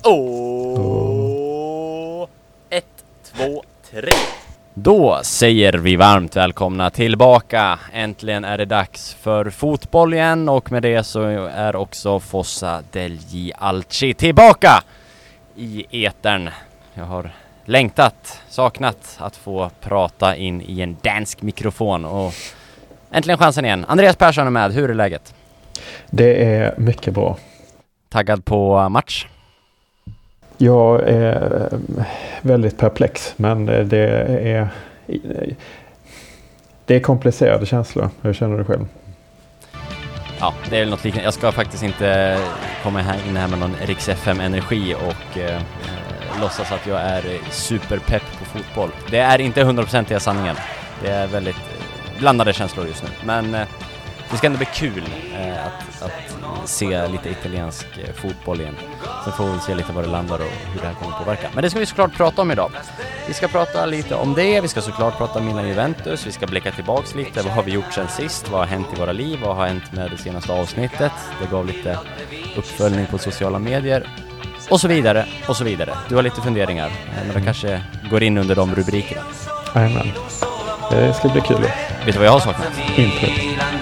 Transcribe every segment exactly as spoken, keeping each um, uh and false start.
Och ett, två, tre. Då säger vi varmt välkomna tillbaka. Äntligen är det dags för fotboll igen, och med det så är också Fossa Delgi Alci tillbaka i etern. Jag har längtat, saknat att få prata in i en dansk mikrofon, och äntligen chansen igen. Andreas Persson är med. Hur är läget? Det är mycket bra. Taggad på match? Jag är väldigt perplex, men det är det är komplicerade känslor. Hur känner du själv? Ja, det är väl något liknande. Jag ska faktiskt inte komma här in här med någon Riks F M-energi och eh, låtsas att jag är superpepp på fotboll. Det är inte hundra procent i sanningen. Det är väldigt eh, blandade känslor just nu. Men eh, det ska ändå bli kul eh, att, att se lite italiensk eh, fotboll igen. Sen får vi se lite var det landar och hur det här kommer att påverka. Men det ska vi såklart prata om idag. Vi ska prata lite om det. Vi ska såklart prata om Milan Juventus. Vi ska blicka tillbaks lite. Vad har vi gjort sen sist? Vad har hänt i våra liv? Vad har hänt med det senaste avsnittet? Det gav lite uppföljning på sociala medier. Och så vidare, och så vidare. Du har lite funderingar. Men det kanske går in under de rubrikerna. Jajamän. Det ska bli kul. Vet du vad jag har saknat? Intro.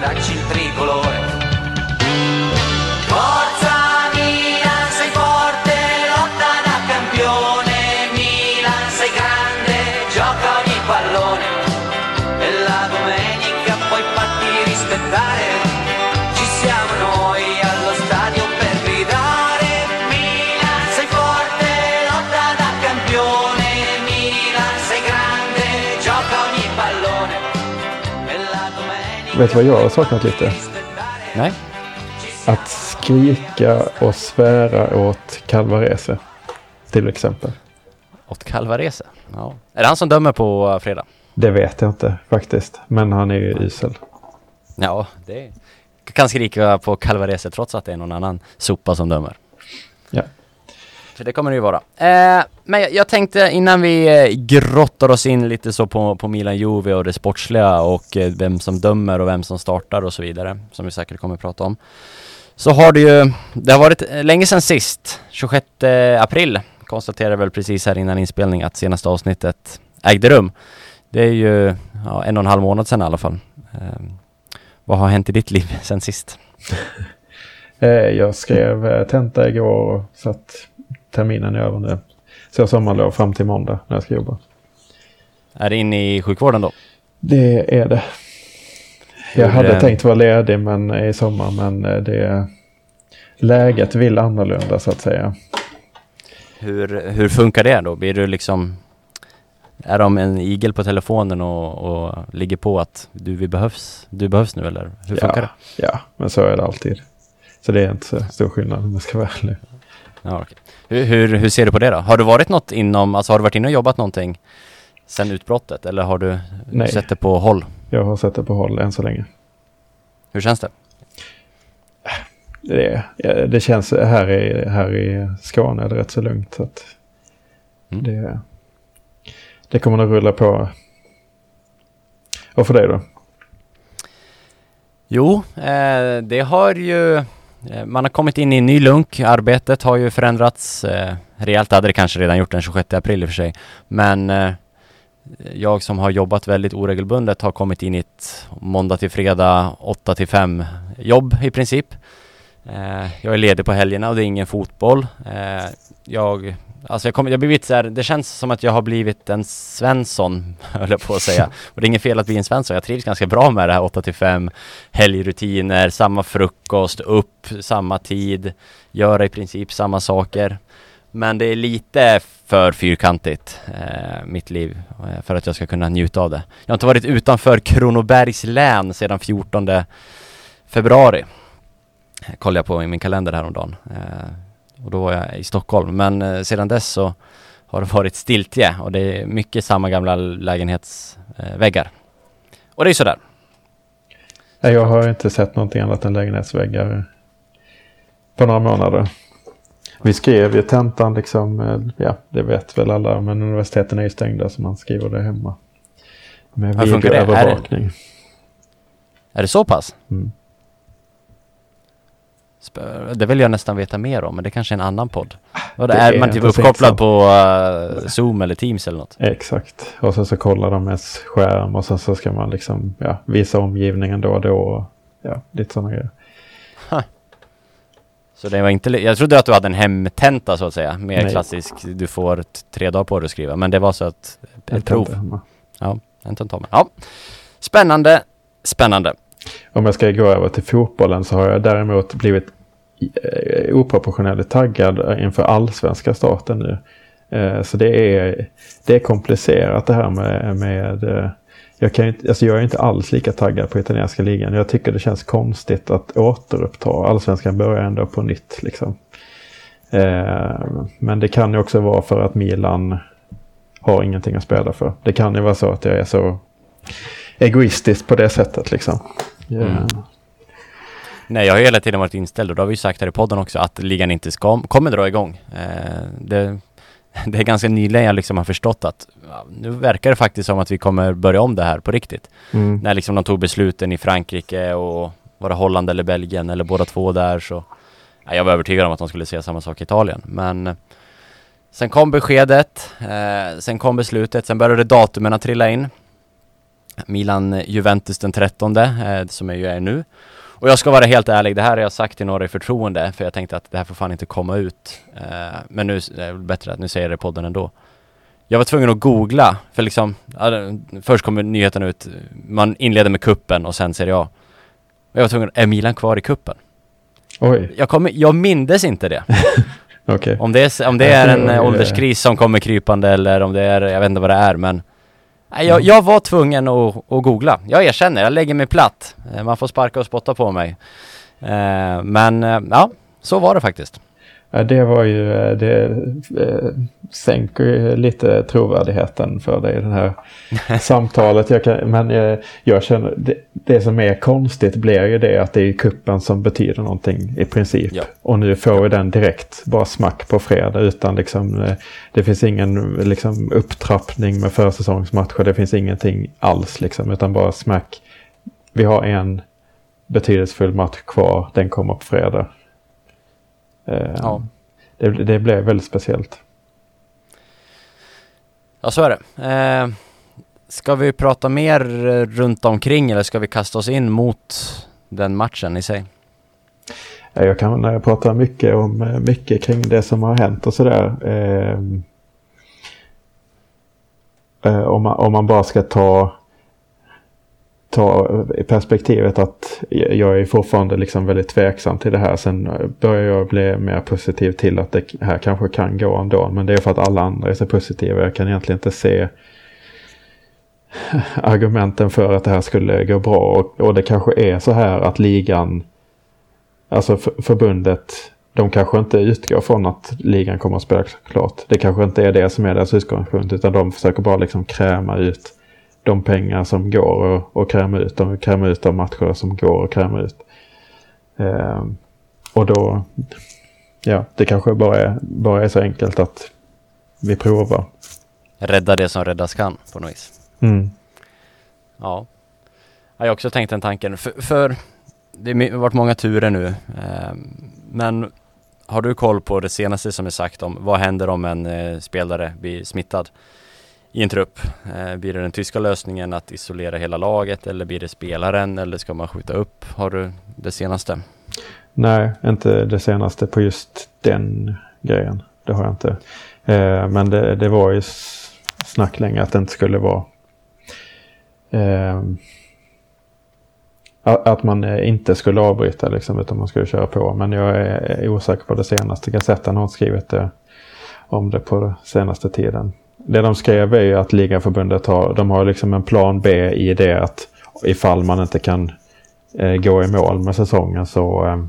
Vet du vad jag har saknat lite? Nej. Att skrika och svära åt Calvarese, till exempel. Åt Calvarese? Ja. Är det han som dömer på fredag? Det vet jag inte faktiskt, men han är ju isel. Ja, det kan skrika på Calvarese trots att det är någon annan sopa som dömer. Ja. För det kommer det ju vara. Eh, men jag, jag tänkte innan vi eh, grottar oss in lite så på, på Milan Juve och det sportsliga och eh, vem som dömer och vem som startar och så vidare, som vi säkert kommer att prata om. Så har det ju, det har varit länge sedan sist, tjugosjätte april, konstaterade väl precis här innan inspelning att senaste avsnittet ägde rum. Det är ju ja, en och en halv månad sedan i alla fall. Eh, vad har hänt i ditt liv sedan sist? Jag skrev tenta igår så att terminen är över nu. Så jag sommarlov fram till måndag när jag ska jobba. Är det inne i sjukvården då? Det är det. Jag hade det... tänkt vara ledig men i sommar, men det läget vill annorlunda så att säga. Hur, hur funkar det då? Blir du liksom, är de en igel på telefonen och, och ligger på att du vi behövs, du behövs nu, eller hur funkar ja, det? Ja, men så är det alltid. Så det är inte så stor skillnad om jag ska vara ärlig. Ja, okay. hur, hur, hur ser du på det då? Har du varit något inom, alltså har du varit inne och jobbat någonting sen utbrottet, eller har du Nej. sett det på håll? Jag har sett det på håll än så länge. Hur känns det? Det, det känns här i, här i Skåne är det rätt så lugnt. Så att mm. det, det kommer att rulla på. Och för dig då? Jo, eh, det har ju... Man har kommit in i en ny lunk. Arbetet har ju förändrats eh, rejält. Det hade det kanske redan gjort den tjugosjätte april i och för sig. Men eh, jag som har jobbat väldigt oregelbundet har kommit in i ett måndag till fredag åtta till fem jobb i princip. Eh, jag är ledig på helgerna och det är ingen fotboll. Eh, jag... Alltså jag kommer, jag blivit så här, det känns som att jag har blivit en Svensson, höll jag på att säga. Och det är inget fel att bli en Svensson. Jag trivs ganska bra med det här åtta till fem, helgrutiner, samma frukost, upp, samma tid, göra i princip samma saker. Men det är lite för fyrkantigt, eh, mitt liv, eh, för att jag ska kunna njuta av det. Jag har inte varit utanför Kronobergs län sedan fjortonde februari. Kollade jag på i min kalender häromdagen. Eh, Och då var jag i Stockholm. Men eh, sedan dess så har det varit stiltje. Och det är mycket samma gamla lägenhetsväggar. Eh, och det är sådär. Jag har inte sett någonting annat än lägenhetsväggar på några månader. Vi skrev ju tentan liksom, ja det vet väl alla, men universiteten är ju stängda så man skriver det hemma. Med videoövervakning. Är det, är det så pass? Mm. Det vill jag nästan veta mer om, men det kanske är en annan podd. Och det det är, är man typ precis uppkopplad så. på uh, Zoom eller Teams eller något. Exakt. Och sen så kollar de med skärm och sen så ska man liksom ja, visa omgivningen då och då. Och, ja, lite sådana grejer. Huh. Så det var inte... Jag trodde att du hade en hemtenta så att säga. Mer Nej. klassisk, du får t- tre dagar på dig att skriva. Men det var så att... Ett prov. Hemma. Ja, en tentamen. Ja. Spännande. Spännande. Om jag ska gå över till fotbollen så har jag däremot blivit eh, oproportionellt taggad inför allsvenska starten nu. Eh, så det är, det är komplicerat det här med... med eh, jag, kan inte, alltså jag är inte alls lika taggad på italienska ligan. Jag tycker det känns konstigt att återuppta. Allsvenskan börjar ändå på nytt liksom. Eh, men det kan ju också vara för att Milan har ingenting att spela för. Det kan ju vara så att jag är så egoistisk på det sättet liksom. Yeah. Mm. Nej, jag har hela tiden varit inställd och då har vi ju sagt här i podden också att ligan inte ska, kommer dra igång. Eh, det, det är ganska nyligen jag liksom har förstått att ja, nu verkar det faktiskt som att vi kommer börja om det här på riktigt. Mm. När liksom de tog besluten i Frankrike och var det Holland eller Belgien eller båda två där så ja, jag var övertygad om att de skulle säga samma sak i Italien. Men sen kom beskedet, eh, sen kom beslutet, sen började datumen att trilla in. Milan-Juventus den trettonde, eh, som jag ju är nu. Och jag ska vara helt ärlig, det här har jag sagt till några i förtroende, för jag tänkte att det här får fan inte komma ut. Eh, men nu är det bättre att nu säger jag det i podden ändå. Jag var tvungen att googla, för liksom, ja, först kommer nyheten ut, man inleder med kuppen och sen Serie A. Och jag var tvungen, är Milan kvar i kuppen? Oj. Jag, kommer, jag mindes inte det. Okay. Om det är, om det är en äh, ålderskris som kommer krypande eller om det är, jag vet inte vad det är, men nej, jag, jag var tvungen att, att googla. Jag erkänner, jag lägger mig platt. Man får sparka och spotta på mig. Eh, men ja, så var det faktiskt. Ja, det var ju, det eh, sänker ju lite trovärdigheten för dig, den här samtalet. Jag kan, men jag, jag känner, det, det som är konstigt blir ju det att det är kuppen som betyder någonting i princip. Ja. Och nu får vi den direkt, bara smack på fredag utan liksom, det finns ingen liksom upptrappning med försäsongsmatcher, det finns ingenting alls liksom, utan bara smack. Vi har en betydelsefull match kvar, den kommer på fredag. Uh, ja. det, det blev väldigt speciellt. Ja, så är det. Eh, ska vi prata mer runt omkring eller ska vi kasta oss in mot den matchen i sig? Jag kan prata mycket om mycket kring det som har hänt och sådär. Eh, eh, om, man, om man bara ska ta ta i perspektivet att jag är fortfarande liksom väldigt tveksam till det här. Sen börjar jag bli mer positiv till att det här kanske kan gå ändå. Men det är för att alla andra är så positiva. Jag kan egentligen inte se argumenten för att det här skulle gå bra. Och, och det kanske är så här att ligan, alltså för, förbundet, de kanske inte utgår från att ligan kommer att spela klart. Det kanske inte är det som är deras utgångspunkt, utan de försöker bara liksom kräma ut de pengar som går och, och kräma ut. De kräma ut de matcher som går och kräma ut. Eh, och då, ja, det kanske bara är, bara är så enkelt att vi provar. Rädda det som räddas kan på något vis. Mm. Ja. Jag har också tänkt den tanken. För, för det har varit många turer nu. Eh, men har du koll på det senaste som är sagt om vad händer om en eh, spelare blir smittad i en trupp? Eh, blir det den tyska lösningen att isolera hela laget eller blir det spelaren eller ska man skjuta upp? Har du det senaste? Nej, inte det senaste på just den grejen. Det har jag inte. Eh, men det, det var ju snack länge att det inte skulle vara eh, att man inte skulle avbryta liksom, utan man skulle köra på. Men jag är osäker på det senaste. Gazetten har skrivit det, om det på senaste tiden. Det de skrev är ju att Ligaförbundet har, de har liksom en plan B i det att ifall man inte kan eh, gå i mål med säsongen så, eh,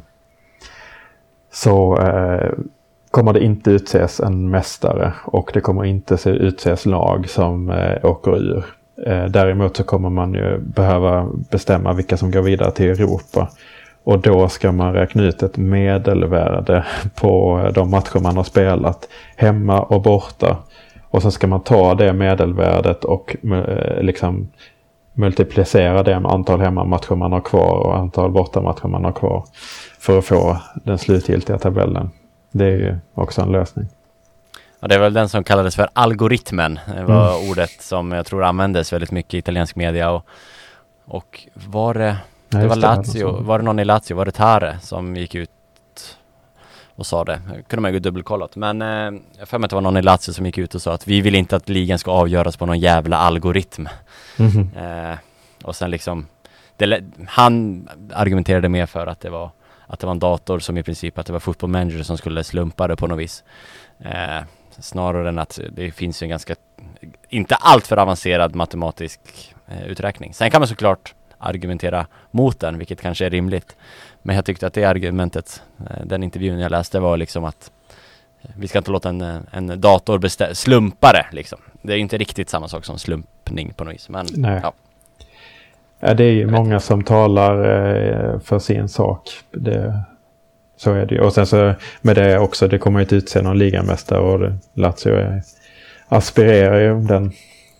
så eh, kommer det inte utses en mästare och det kommer inte utses lag som eh, åker ur. Eh, däremot så kommer man ju behöva bestämma vilka som går vidare till Europa. Och då ska man räkna ut ett medelvärde på de matcher man har spelat hemma och borta. Och så ska man ta det medelvärdet och eh, liksom multiplicera det med antal hemmamatcher man har kvar och antal bortamatcher man har kvar för att få den slutgiltiga tabellen. Det är ju också en lösning. Ja, det är väl den som kallades för algoritmen. Det var mm. ordet som jag tror användes väldigt mycket i italiensk media. Och, och var det, det var Lazio, det var det någon i Lazio, var det Tare som gick ut och sa det. Kunde man ju dubbelkollat. Men eh, jag för mig att det var någon i Lazio som gick ut och sa att vi vill inte att ligan ska avgöras på någon jävla algoritm. Mm-hmm. Eh, och sen liksom det, han argumenterade mer för att det var att det var en dator som i princip att det var Football Manager som skulle slumpa det på något vis. Eh, snarare än att det finns ju en ganska inte allt för avancerad matematisk eh, uträkning. Sen kan man såklart argumentera mot den, vilket kanske är rimligt. Men jag tyckte att det argumentet, eh, den intervjun jag läste var liksom att eh, vi ska inte låta en, en dator bestä- slumpa det liksom. Det är ju inte riktigt samma sak som slumpning på något vis. Men, Nej. Ja. Ja, det är ju många som talar eh, för sin sak. Det, så är det ju. Och sen så med det också, det kommer ju inte utse någon ligamästare och det, Lazio är, aspirerar ju den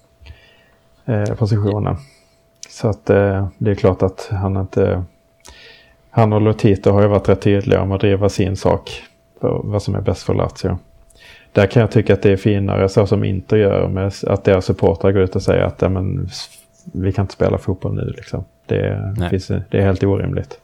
eh, positionen. Så att eh, det är klart att han inte... Han och Lotito har ju varit rätt tydliga om att driva sin sak för vad som är bäst för Lazio. Där kan jag tycka att det är finare så som Inter gör med att deras supportrar går ut och säger att ja, men, vi kan inte spela fotboll nu liksom. Det, finns, det är helt orimligt.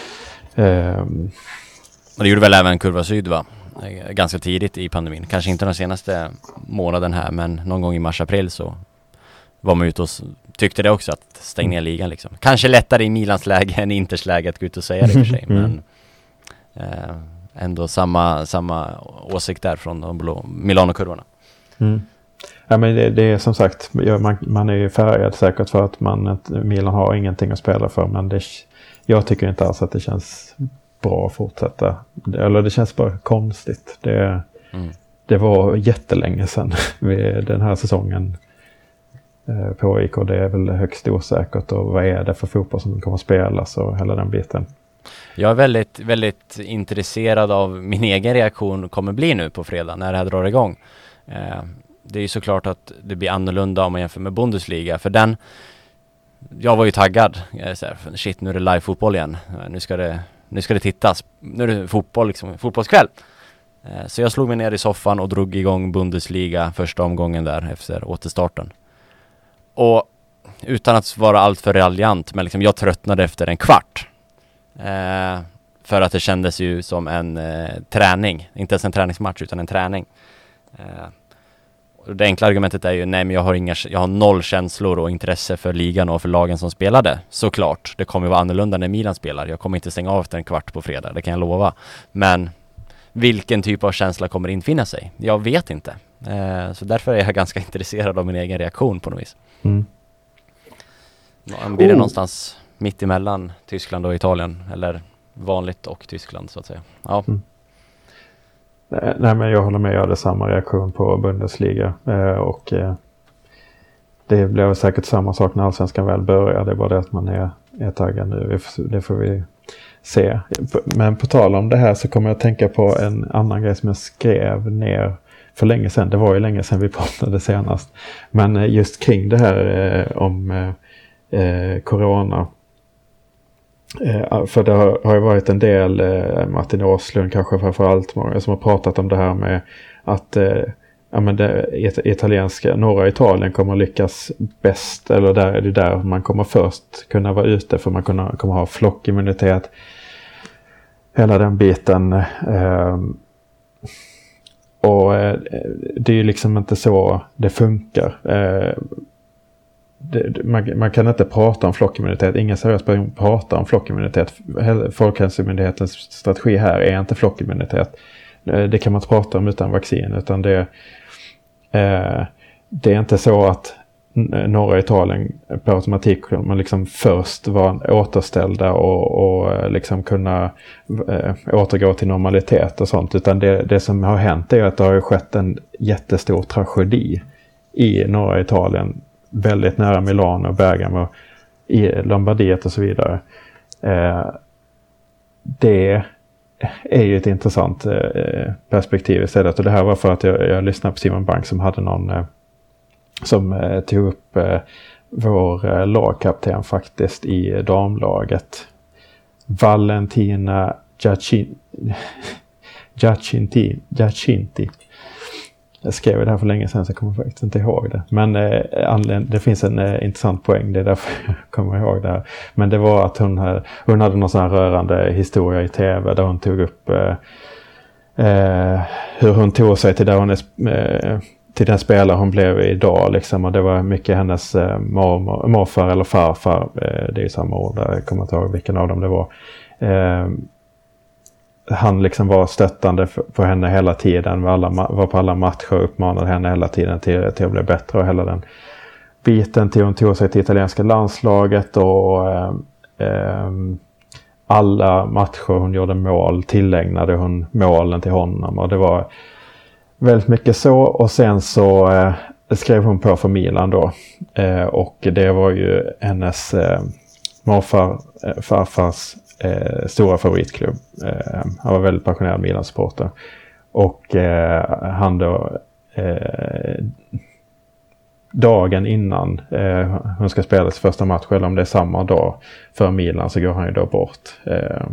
Um, och det gjorde väl även Kurva Syd, va? Ganska tidigt i pandemin. Kanske inte den senaste månaden här, men någon gång i mars-april så var man ute och tyckte det också, att stänga ner ligan liksom. Kanske lättare i Milans läge än Inters läge att gå ut och säga det för sig. Mm. Men eh, ändå samma, samma åsikt där från de blå Milano-kurvorna. Mm. Ja, men det, det är som sagt, man, man är ju färgad säkert för att man, Milan har ingenting att spela för, men det, jag tycker inte alls att det känns bra att fortsätta. Eller det känns bara konstigt. Det, mm. det var jättelänge sedan vid den här säsongen eh, pågick, och det är väl högst osäkert, och vad är det för fotboll som kommer att spelas och hela den biten. Jag är väldigt, väldigt intresserad av min egen reaktion kommer bli nu på fredag när det här drar igång. Eh, Det är ju såklart att det blir annorlunda om man jämför med Bundesliga. För den, jag var ju taggad. Jag är så här, shit, nu är det live-fotboll igen. Nu ska det, nu ska det tittas. Nu är det fotboll, liksom, fotbollskväll. Så jag slog mig ner i soffan och drog igång Bundesliga första omgången där efter återstarten. Och utan att vara allt för raljant, men liksom, jag tröttnade efter en kvart. Eh, för att det kändes ju som en eh, träning. Inte ens en träningsmatch utan en träning. Eh, Det enkla argumentet är ju nej, men jag har, inga, jag har noll känslor och intresse för ligan och för lagen som spelade. Såklart, det kommer ju vara annorlunda när Milan spelar. Jag kommer inte stänga av efter en kvart på fredag, det kan jag lova. Men vilken typ av känsla kommer infinna sig? Jag vet inte. Eh, så därför är jag ganska intresserad av min egen reaktion på något vis. Mm. Blir det oh. någonstans mitt emellan Tyskland och Italien? Eller vanligt och Tyskland så att säga. Ja. Mm. Nej, men jag håller med, jag hade samma reaktion på Bundesliga eh, och eh, det blev säkert samma sak när allsvenskan väl börjar. Det är bara det att man är, är taggad nu, det får vi se. Men på tal om det här så kommer jag att tänka på en annan grej som jag skrev ner för länge sedan. Det var ju länge sedan vi pratade senast. Men just kring det här eh, om eh, corona. Eh, för det har, har ju varit en del, eh, Martin Åslund kanske framförallt, många som har pratat om det här med att eh, ja, men det it- italienska, norra Italien kommer lyckas bäst, eller där är det där man kommer först kunna vara ute, för man kommer, kommer ha flockimmunitet, hela den biten. Eh, och eh, det är ju liksom inte så det funkar. Eh, Det, man, man kan inte prata om flockimmunitet. Ingen seriös person pratar om flockimmunitet. Folkhälsomyndighetens strategi här är inte flockimmunitet. Det kan man inte prata om utan vaccin. Utan det, eh, det är inte så att norra Italien på automatik man liksom först var återställda och, och liksom kunna eh, återgå till normalitet och sånt. Utan det, det som har hänt är att det har skett en jättestor tragedi i norra Italien, väldigt nära Milano och Bergamo, i Lombardiet och så vidare. Eh, det är ju ett intressant eh, perspektiv istället. Och det här var för att jag, jag lyssnade på Simon Bank som hade någon eh, som eh, tog upp eh, vår eh, lagkapten faktiskt i damlaget. Valentina Giacin- Giacinti. Giacinti. Jag skrev det här för länge sedan så jag kommer faktiskt inte ihåg det. Men eh, det finns en eh, intressant poäng, det är därför jag kommer ihåg det här. Men det var att hon, här, hon hade någon sån här rörande historia i tv där hon tog upp eh, eh, hur hon tog sig till, där hon är, eh, till den spelare hon blev idag. Liksom. Och det var mycket hennes eh, mormor, morfar eller farfar, eh, det är samma ord där, jag kommer inte ihåg vilken av dem det var. Eh, han liksom var stöttande för, för henne hela tiden, var, alla, var på alla matcher och uppmanade henne hela tiden till, till att bli bättre, och hela den biten till hon tog sig till italienska landslaget och eh, eh, alla matcher hon gjorde mål tillägnade hon målen till honom, och det var väldigt mycket så. Och sen så eh, skrev hon på för Milan då, eh, och det var ju hennes eh, morfar, eh, farfars Eh, stora favoritklubb. Eh, han var väldigt passionerad Milan-supporter. Och eh, han då eh, dagen innan eh, hon ska spela sin första match, eller om det är samma dag för Milan, så går han ju då bort. Eh,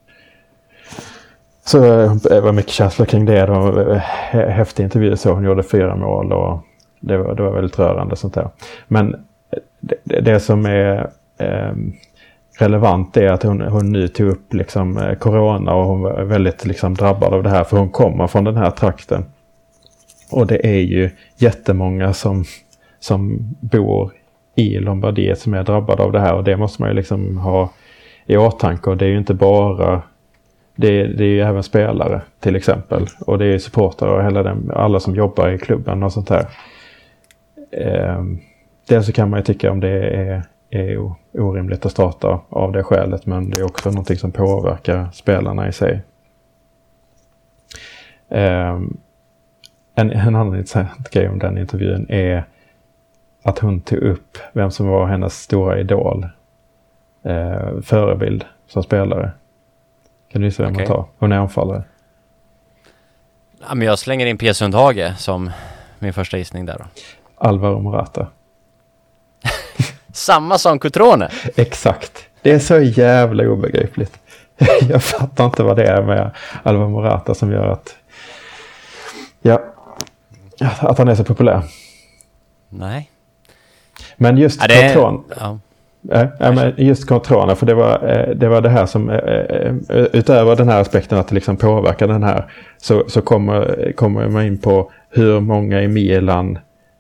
så det var mycket känslor kring det. Då. Häftig intervju, så hon gjorde fyra mål och det var, det var väldigt rörande sånt där. Men det, det som är eh, relevant är att hon, hon nu tog upp liksom eh, corona, och hon var väldigt liksom drabbad av det här, för hon kommer från den här trakten. Och det är ju jättemånga som, som bor i Lombardiet som är drabbade av det här, och det måste man ju liksom ha i åtanke. Och det är ju inte bara, det är, det är ju även spelare till exempel, och det är ju supportrar och hela den, alla som jobbar i klubben och sånt här. Eh, det så kan man ju tycka om det är är orimligt att starta av det skälet, men det är också någonting som påverkar spelarna i sig. Um, en, en annan intressant grej om den intervjun är att hon tog upp vem som var hennes stora idol, uh, förebild som spelare. Kan du gissa vem okay. man tar? Hon är anfallare. Ja, men jag slänger in P. Sundhage som min första gissning där då. Alvaro Morata. Samma som Cutrone. Exakt. Det är så jävla obegripligt. Jag fattar inte vad det är med Alvaro Morata som gör att ja, att han är så populär. Nej. Men just ja, det Cutrone. Ja. Ja, ja, men just Cutrone, för det var, det var det här som utöver den här aspekten att det liksom påverkar den här, så, så kommer, kommer man in på hur många i Milan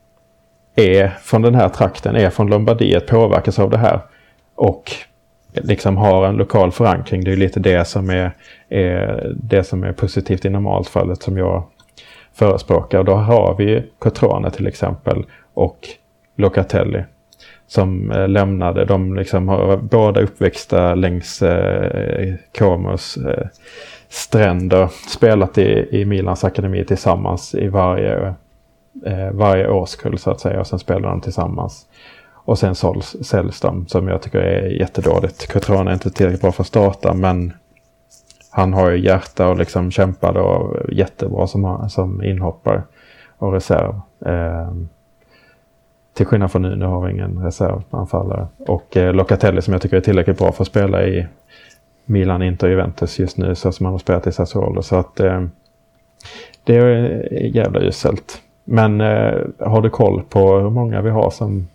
är från den här trakten, är från Lombardiet, påverkas av det här och liksom har en lokal förankring. Det är lite det som är, är det som är positivt i normalfallet som jag förespråkar. Och då har vi Cutrone till exempel och Locatelli som eh, lämnade. De liksom har båda uppväxta längs eh, Comos eh, stränder, spelat i, i Milans akademi tillsammans i varje Eh, varje årskull så att säga, och sen spelar de tillsammans och sen såls, säljs de, som jag tycker är jättedåligt. Cutrone är inte tillräckligt bra för att starta, men han har ju hjärta och liksom kämpade och jättebra som, som inhoppare och reserv. Eh, till skillnad från nu, nu har vi ingen reservanfallare. Och eh, Locatelli som jag tycker är tillräckligt bra för att spela i Milan, Inter, Juventus just nu, så som han har spelat i Sassuolo. Så att eh, det är jävla uselt. Men eh, har du koll på hur många vi har som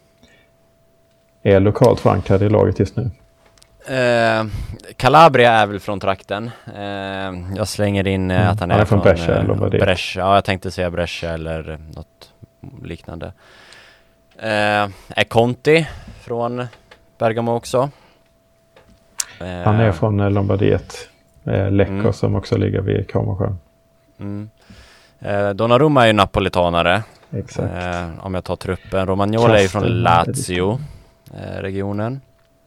är lokalt förankrade i laget just nu? Eh, Calabria är väl från trakten. Eh, jag slänger in eh, att han, han är, är från, från Brescia, eh, eller vad det är. Brescia. Ja, jag tänkte säga Brescia eller något liknande. Eh, är Conti från Bergamo också? Eh, han är från eh, Lombardiet. Eh, Lecco mm. som också ligger vid Comosjön. Mm. Eh, Donnarumma är ju napolitanare. Exakt. Eh, om jag tar truppen. Romagnoli är ju från Lazio eh, regionen.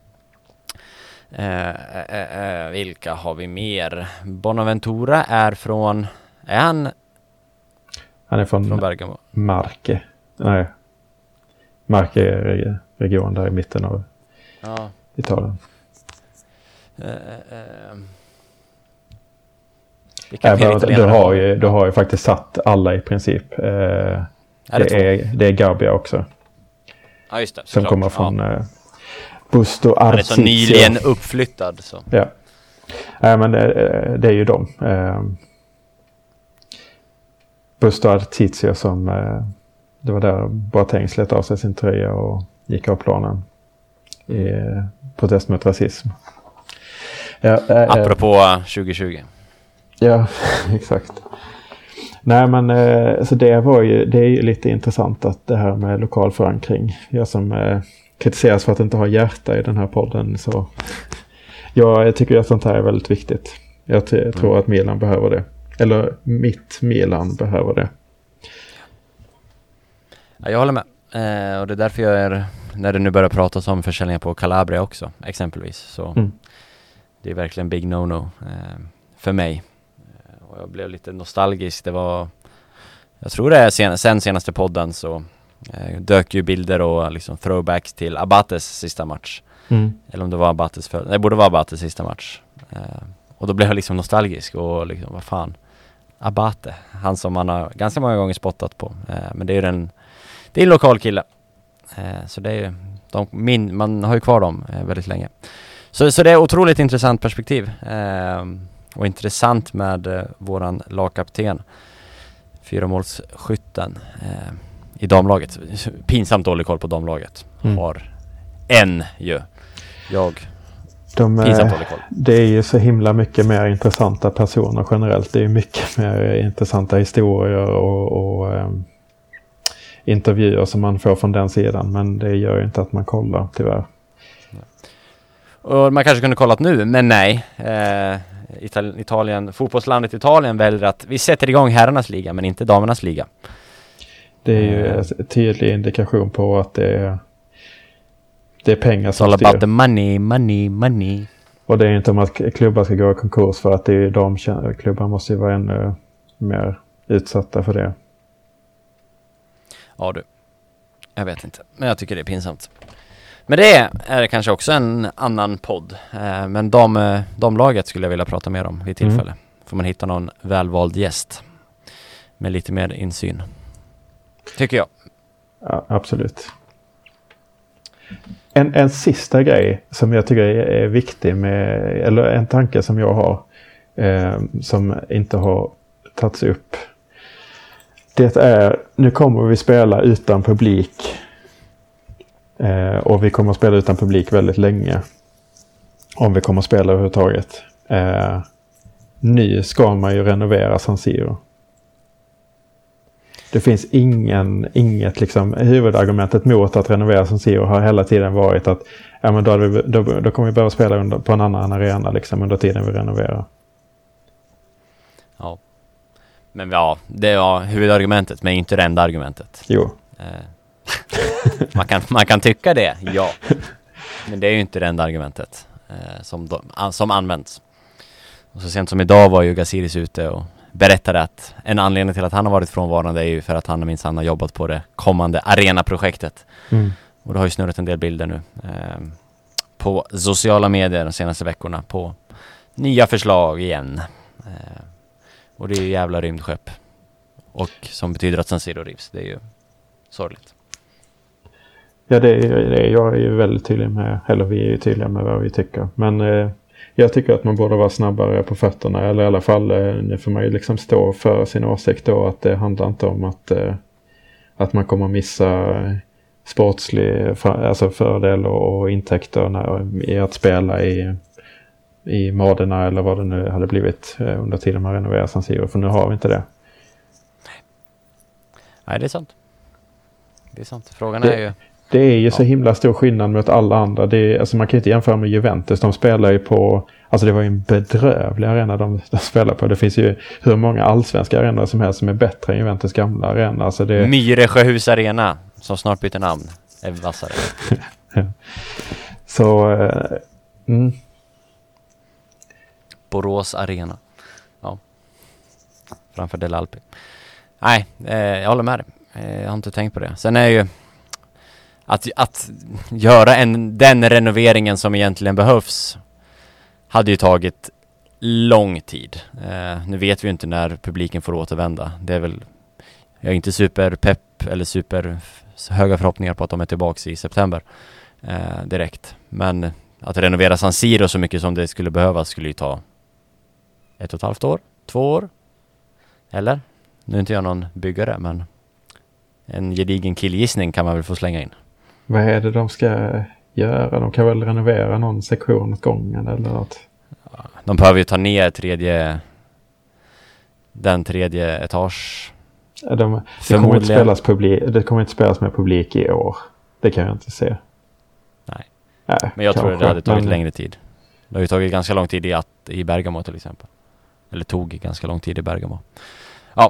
Eh, eh, eh, vilka har vi mer? Bonaventura är från... Är han... Han är från, från Bergamo. Marche. Nej. Marche är region där i mitten av ja. Italien. Eh, eh, Äh, du, har ju, du har ju faktiskt satt alla i princip. Eh, är det, det, är, det är Gabbia också. Ja, just det. Som klart. kommer från ja. eh, Busto Arsizio. Han är så nyligen uppflyttad. Så. Ja. Nej, men det, det är ju de. Eh, Busto Arsizio som... Eh, det var där Boateng slet av sig sin tröja och gick av planen i eh, protest mot rasism. Ja, eh, Apropå tjugo tjugo. Ja, exakt. Nej, men eh, så det var ju, det är ju lite intressant att det här med lokal förankring. Jag som eh, kritiseras för att inte ha hjärta i den här podden, så ja, jag tycker att sånt här är väldigt viktigt. Jag t- tror mm. att Milan behöver det. Eller mitt Milan behöver det. Ja, jag håller med. Eh, och det är därför jag är, när det nu börjar pratas om försäljningar på Calabria också, exempelvis. Så mm. det är verkligen big no-no eh, för mig. Eh, och jag blev lite nostalgisk. Det var, jag tror det är sen, sen senaste podden så eh, dök ju bilder och liksom throwbacks till Abates sista match. Mm. Eller om det var Abates för, nej, det borde vara Abates sista match. Eh, och då blev jag liksom nostalgisk och liksom, vad fan, Abate, han som man har ganska många gånger spottat på. Eh, men det är ju den, det är en lokal kille. Eh, så det är ju, de, min, man har ju kvar dem eh, väldigt länge. Så, så det är otroligt intressant perspektiv. Eh, och intressant med eh, våran lagkapten. Fyramålsskytten eh, i damlaget. Pinsamt dålig koll på damlaget. Mm. Har en ju. Jag... De, det är ju så himla mycket mer intressanta personer generellt. Det är mycket mer intressanta historier och, och um, intervjuer som man får från den sidan. Men det gör ju inte att man kollar, tyvärr. Och man kanske kunde kollat nu, men nej. Eh, Italien, Italien, fotbollslandet Italien väljer att vi sätter igång herrarnas liga, men inte damernas liga. Det är ju en eh. tydlig indikation på att det är Det är pengar som all styr. About the money, money, money. Och det är inte om att klubbar ska gå i konkurs, för att det är de klubbar måste ju vara ännu mer utsatta för det. Ja du, jag vet inte. Men jag tycker det är pinsamt. Men det är kanske också en annan podd. Eh, men de, de laget skulle jag vilja prata mer om vid tillfälle. Mm. Får man hitta någon välvald gäst med lite mer insyn. Tycker jag. Ja, absolut. En, en sista grej som jag tycker är, är viktig med, eller en tanke som jag har eh, som inte har tagits upp. Det är, nu kommer vi spela utan publik eh, och vi kommer att spela utan publik väldigt länge. Om vi kommer att spela överhuvudtaget. Eh, nu ska man ju renovera San Siro. Det finns ingen, inget liksom, huvudargumentet mot att renovera San Siro har hela tiden varit att ja, men då, vi, då, då kommer vi behöva spela under, på en annan arena liksom, under tiden vi renoverar. Ja. Men ja, det var huvudargumentet, men inte det enda argumentet. Jo. Eh, man, kan, man kan tycka det, ja. Men det är ju inte det enda argumentet eh, som, de, som används. Och så sent som idag var ju Gazidis ute och berättade att en anledning till att han har varit frånvarande är ju för att han minst han har jobbat på det kommande arenaprojektet. Mm. Och det har ju snurrat en del bilder nu eh, på sociala medier de senaste veckorna på nya förslag igen. Eh, och det är ju jävla rymdskepp. Och som betyder att San Siro rivs. Det är ju sorgligt. Ja, det är, det är, jag är ju väldigt tydlig med, eller vi är ju tydliga med vad vi tycker. Men eh, jag tycker att man borde vara snabbare på fötterna, eller i alla fall eh, nu får man ju liksom stå för sin åsikt då, att det handlar inte om att, eh, att man kommer missa sportslig för, alltså fördel och, och intäkter när, i att spela i, i Modena eller vad det nu hade blivit eh, under tiden man renoverar San Siro, för nu har vi inte det. Nej, det är sant. Det är sant. Frågan det, är ju... Det är ju ja. så himla stor skillnad mot alla andra. Det är, alltså man kan ju inte jämföra med Juventus. De spelar ju på... Alltså det var ju en bedrövlig arena de, de spelar på. Det finns ju hur många allsvenska arenor som helst som är bättre än Juventus gamla arena. Alltså det... Myresjöhus arena, som snart byter namn, är vassare. ja. Så... Eh, mm. Borås arena. Ja. Framför Del Alpi. Nej, eh, jag håller med dig. Eh, jag har inte tänkt på det. Sen är ju att, att göra en, den renoveringen som egentligen behövs hade ju tagit lång tid. Eh, nu vet vi ju inte när publiken får återvända. Det är väl, jag är inte superpepp eller super höga förhoppningar på att de är tillbaka i september eh, direkt. Men att renovera San Siro så mycket som det skulle behövas skulle ju ta ett och ett halvt år, två år. Eller? Nu är inte jag någon byggare, men en gedigen killgissning kan man väl få slänga in. Vad är det de ska göra? De kan väl renovera någon sektion åt gången eller något? De behöver ju ta ner tredje den tredje etage. De, det, kommer inte spelas publik, det kommer inte spelas med publik i år. Det kan jag inte se. Nej, Nej men jag tror det hade tagit men... längre tid. Det har ju tagit ganska lång tid i, att, i Bergamo till exempel. Eller tog ganska lång tid i Bergamo. Ja.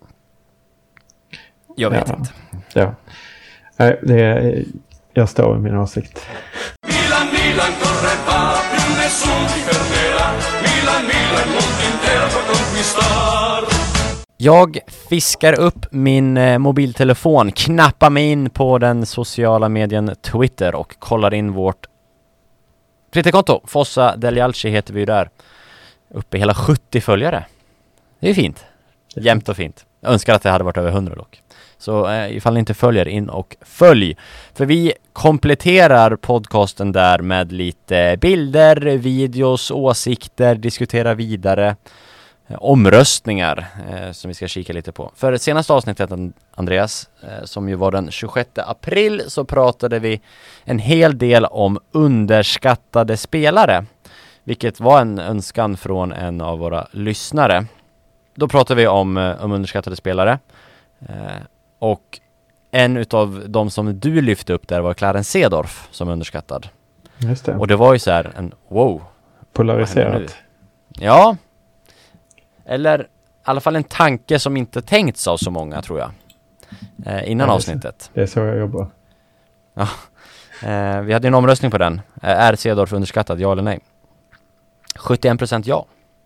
Jag vet ja. inte. Ja. Nej, det är, jag står med min åsikt. Milan, Milan, corre va, più nessuno ti fermerà. Milan, Milan, mondo intero può conquistar. Jag fiskar upp min eh, mobiltelefon, knappar mig in på den sociala medien Twitter och kollar in vårt Twitterkonto. Fossa Delialci heter vi där. Uppe hela sjuttio följare. Det är fint. Jämnt och fint. Jag önskar att det hade varit över hundra dock. Så eh, ifall ni inte följer, in och följ. För vi kompletterar podcasten där med lite bilder, videos, åsikter, diskutera vidare. Omröstningar eh, som vi ska kika lite på. För det senaste avsnittet, Andreas, eh, som ju var den tjugosjätte april, så pratade vi en hel del om underskattade spelare, vilket var en önskan från en av våra lyssnare. Då pratade vi om, eh, om underskattade spelare eh, och en utav de som du lyfte upp där var Clarence Seedorf som underskattad. Just det. Och det var ju så här en wow. Polariserat. Ja. Eller i alla fall en tanke som inte tänkts av så många, tror jag. Eh, innan ja, avsnittet. Det är så jag jobbar. Ja. Eh, vi hade en omröstning på den. Eh, är Seedorf underskattad, ja eller nej? sjuttioen procent ja.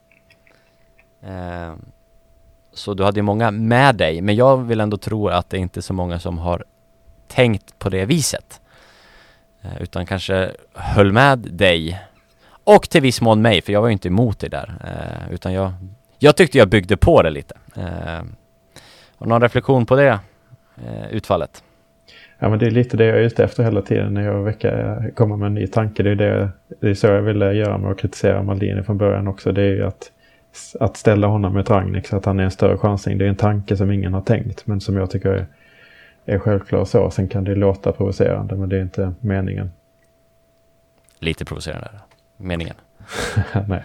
Eh, så du hade ju många med dig. Men jag vill ändå tro att det inte är så många som har tänkt på det viset. Eh, utan kanske höll med dig. Och till viss mån mig, för jag var ju inte emot det där. Eh, utan jag... Jag tyckte jag byggde på det lite. Eh, har någon reflektion på det eh, utfallet? Ja, men det är lite det jag är ute efter hela tiden när jag väcker, kommer med en ny tanke. Det är, det, det är så jag ville göra med att kritisera Maldini från början också. Det är ju att, att ställa honom med Rangnick så att han är en större chansning. Det är en tanke som ingen har tänkt, men som jag tycker är, är självklar så. Sen kan det låta provocerande, men det är inte meningen. Lite provocerande. Meningen. Nej.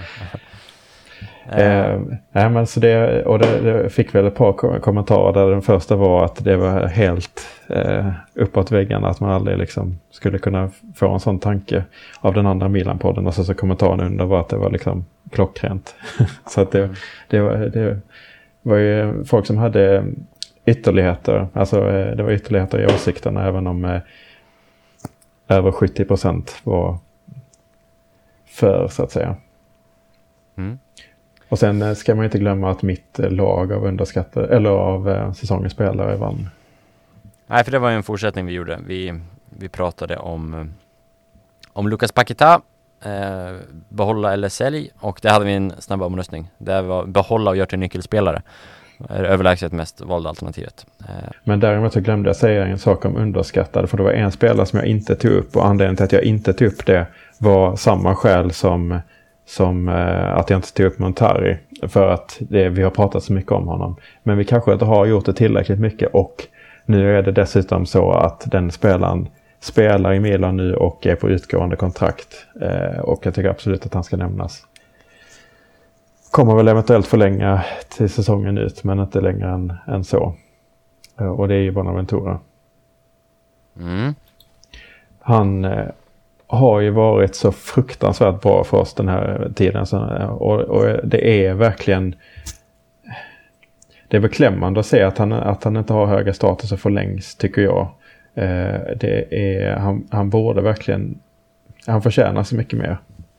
Eh, nej, men så det, och det, det fick väl ett par kom- kommentarer där den första var att det var helt eh, uppåt väggarna att man aldrig liksom skulle kunna få en sån tanke av den andra Milan-podden, och så, så kommentaren under var att det var liksom klockrent. Så att det, det, var, det var ju folk som hade ytterligheter, alltså det var ytterligheter i åsikterna, även om eh, över sjuttio procent var för, så att säga. Mm. Och sen ska man inte glömma att mitt lag av underskattade, eller av eh, säsongens spelare vann. Nej, för det var ju en fortsättning vi gjorde. Vi, vi pratade om, om Lucas Paquetá, eh, behålla eller sälj. Och det hade vi en snabb omröstning. Det var behålla och göra till nyckelspelare. Överlägset mest valda alternativet. Eh. Men däremot så glömde jag säga en sak om underskattade. För det var en spelare som jag inte tog upp. Och anledningen till att jag inte tog upp det var samma skäl som... som eh, att jag inte tog upp Montari, för att det, vi har pratat så mycket om honom, men vi kanske inte har gjort det tillräckligt mycket, och nu är det dessutom så att den spelaren spelar i Milan nu och är på utgående kontrakt, eh, och jag tycker absolut att han ska nämnas. Kommer väl eventuellt förlänga till säsongen ut, men inte längre än, än så, eh, och det är ju Bonaventura. Mm. Han eh, har ju varit så fruktansvärt bra för oss den här tiden. Så, och, och det är verkligen... Det är beklämmande att se att han, att han inte har höga status och förlängs, tycker jag. Eh, det är, han, han borde verkligen... Han förtjänar så mycket mer.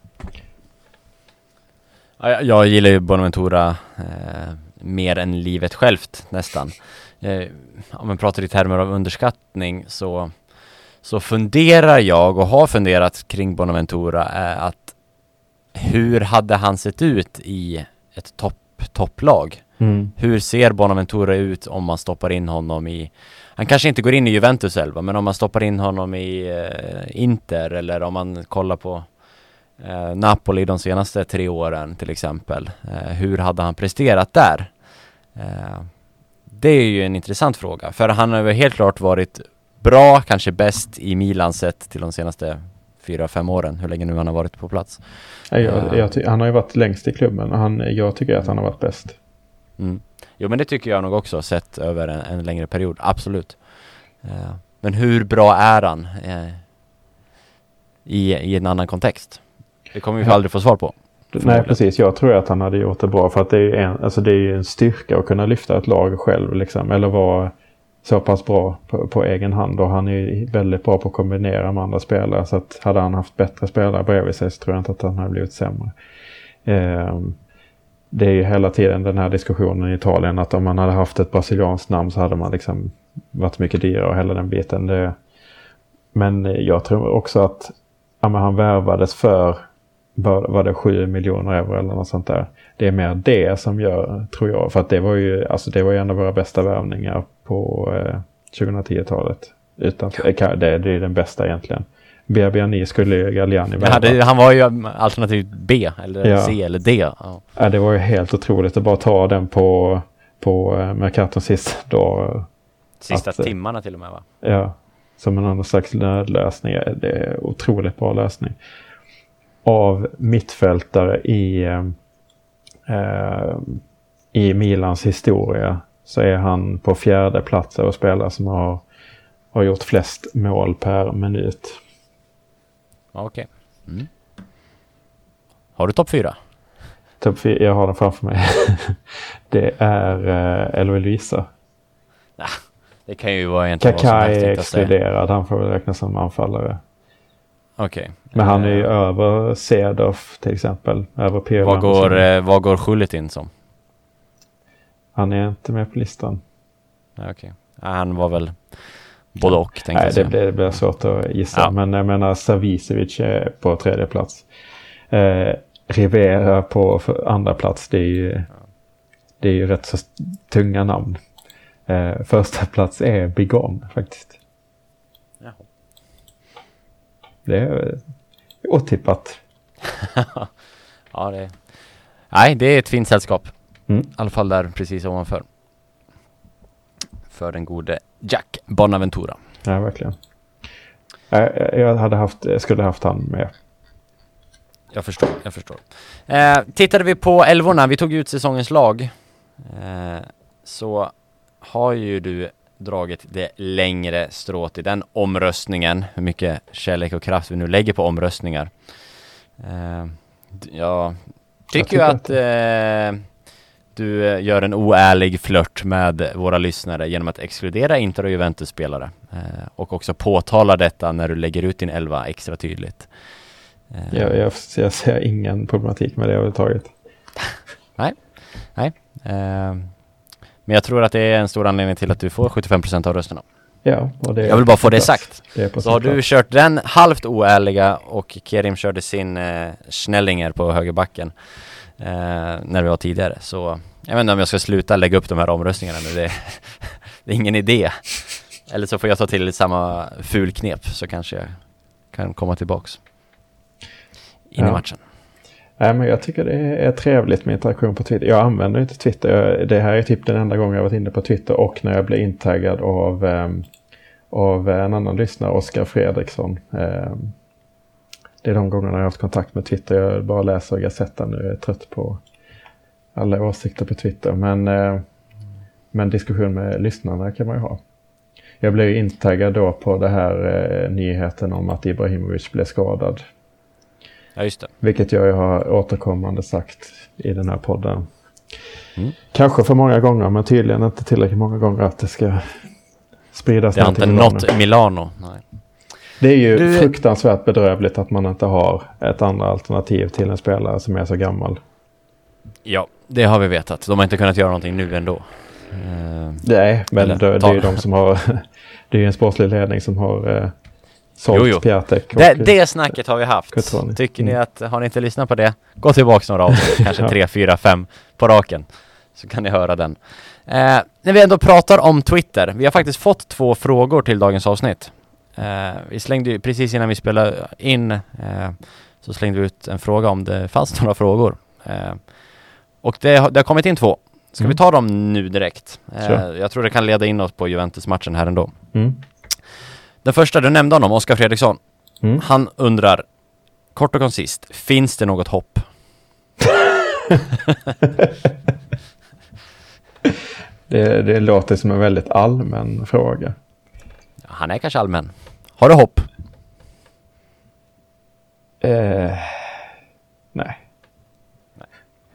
Ja, jag, jag gillar ju Bonaventura eh, mer än livet självt, nästan. Eh, om man pratar i termer av underskattning så... Så funderar jag och har funderat kring Bonaventura är att hur hade han sett ut i ett topp, topplag? Mm. Hur ser Bonaventura ut om man stoppar in honom i... Han kanske inte går in i Juventus elva, men om man stoppar in honom i eh, Inter, eller om man kollar på eh, Napoli de senaste tre åren till exempel. Eh, hur hade han presterat där? Eh, det är ju en intressant fråga, för han har ju helt klart varit bra, kanske bäst i Milan sett till de senaste fyra, fem åren, hur länge nu han har varit på plats. Ja, jag, jag ty- han har ju varit längst i klubben och han, jag tycker att han har varit bäst. Mm. Jo, men det tycker jag nog också, sett över en, en längre period, absolut. Uh, men hur bra är han uh, i, i en annan kontext? Det kommer vi ja. aldrig få svar på. Nej, precis. Jag tror att han hade gjort det bra, för att det är en, alltså det är en styrka att kunna lyfta ett lag själv liksom, eller vara så pass bra på, på egen hand, och han är väldigt bra på att kombinera med andra spelare, så att hade han haft bättre spelare bredvid sig så tror jag inte att han hade blivit sämre. Eh, det är ju hela tiden den här diskussionen i Italien att om man hade haft ett brasilianskt namn så hade man liksom varit mycket dyrare och hela den biten. Det, men jag tror också att ja, men han värvades för var det sju miljoner euro eller något sånt där. Det är mer det som gör, tror jag, för att det var ju, alltså det var ju en av våra bästa värvningar på eh, tjugohundratio-talet. Utan, det, det är den bästa egentligen. Biabiani skulle ju Galliani värva. Ja, det, han var ju alternativ B eller ja. C eller D. Ja. Ja, det var ju helt otroligt att bara ta den på, på eh, Mercaton sist då. Sista att, timmarna till och med, va? Ja, som en annan slags nödlösning. Det är otroligt bra lösning. Av mittfältare i eh, i Milans historia så är han på fjärde plats av spelare som har, har gjort flest mål per minut. Okej. Okay. Mm. Har du topp fyra? Topp fyra, jag har den framför mig. Det är eh, Eloy Luisa. Nah, det kan ju vara egentligen Kaká är exkluderad, han får väl räknas som anfallare. Okej. Okay. Men han är ju uh, över Seedorf till exempel. Över Pirlo. Vad går, eh, vad går Schullit in som? Han är inte med på listan. Okej. Okay. Ja, han var väl både och, tänkte Nej, jag säga. Det, det blir svårt att gissa. Ja. Men jag menar, Savicevic är på tredje plats. Eh, Rivera på andra plats. Det är ju, ja. det är ju rätt så tunga namn. Eh, första plats är Bigon faktiskt. Ja. Det är otippat. Ja, det är... Nej, det är ett fint sällskap. Mm. I alla fall där precis ovanför. För den gode Jack Bonaventura. Ja, verkligen. Jag hade haft, skulle haft han med. Jag förstår, jag förstår. Eh, tittade vi på elvorna, vi tog ut säsongens lag. Eh, så har ju du dragit det längre strået i den omröstningen. Hur mycket kärlek och kraft vi nu lägger på omröstningar. Eh, jag tycker ju att eh, du gör en oärlig flört med våra lyssnare genom att exkludera Inter och Juventus-spelare. Eh, och också påtala detta när du lägger ut din elva extra tydligt. Eh. Jag, jag, jag ser ingen problematik med det överhuvudtaget. Nej, nej. Eh, Men jag tror att det är en stor anledning till att du får sjuttiofem procent av rösterna. Ja, och det jag vill bara få det sagt. Det så har du plats. kört den halvt oärliga och Kerim körde sin eh, Schnellinger på högerbacken eh, när vi var tidigare. Så jag vet inte om jag ska sluta lägga upp de här omröstningarna nu. Det, det är ingen idé. Eller så får jag ta till samma fulknep så kanske jag kan komma tillbaks in ja. i matchen. Nej, men jag tycker det är trevligt med interaktion på Twitter. Jag använder inte Twitter. Jag, det här är typ den enda gången jag varit inne på Twitter och när jag blev intaggad av, um, av en annan lyssnare, Oskar Fredriksson. Um, det är de gångerna jag har haft kontakt med Twitter. Jag bara läser Gazetten nu. Jag är trött på alla åsikter på Twitter. Men, uh, men diskussion med lyssnarna kan man ju ha. Jag blev intaggad då på det här uh, nyheten om att Ibrahimovic blev skadad. Ja, just det. Vilket jag har återkommande sagt i den här podden. Mm. Kanske för många gånger, men tydligen inte tillräckligt många gånger att det ska spridas. Det har inte nått Milano. Nej. Det är ju du... fruktansvärt bedrövligt att man inte har ett andra alternativ till en spelare som är så gammal. Ja, det har vi vetat. De har inte kunnat göra någonting nu ändå. Uh, Nej, men det, det är ju de som har... Det är ju en sportslig ledning som har... Uh, Jo, jo. Det, det snacket har vi haft. Tycker mm. ni att, har ni inte lyssnat på det? Gå tillbaka några avsnitt, kanske tre, fyra, fem på raken. så kan ni höra den. Eh, när vi ändå pratar om Twitter, vi har faktiskt fått två frågor till dagens avsnitt. Eh, vi slängde ju, precis innan vi spelade in eh, så slängde vi ut en fråga om det fanns några frågor. Eh, och det har, det har kommit in två. Ska mm. vi ta dem nu direkt? Eh, sure. Jag tror det kan leda in oss på Juventus-matchen här ändå. Mm. Den första, du nämnde honom, Oskar Fredriksson. Mm. Han undrar, kort och koncist, finns det något hopp? det, det låter som en väldigt allmän fråga. Han är kanske allmän. Har du hopp? Eh, nej. nej.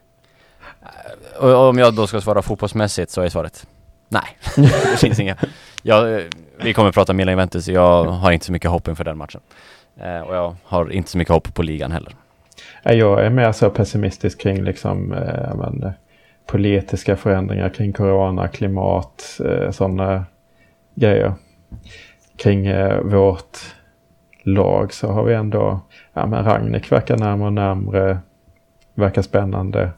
Och om jag då ska svara fotbollsmässigt så är svaret nej. Det finns inga. Jag, vi kommer att prata Milan Juventus. Jag har inte så mycket hopp inför den matchen. Eh, och jag har inte så mycket hopp på ligan heller. Jag är mer så pessimistisk kring liksom, eh, men, politiska förändringar kring corona, klimat, eh, sådana grejer. Kring eh, vårt lag så har vi ändå, ja men Rangnick verkar närmare och närmare, verkar spännande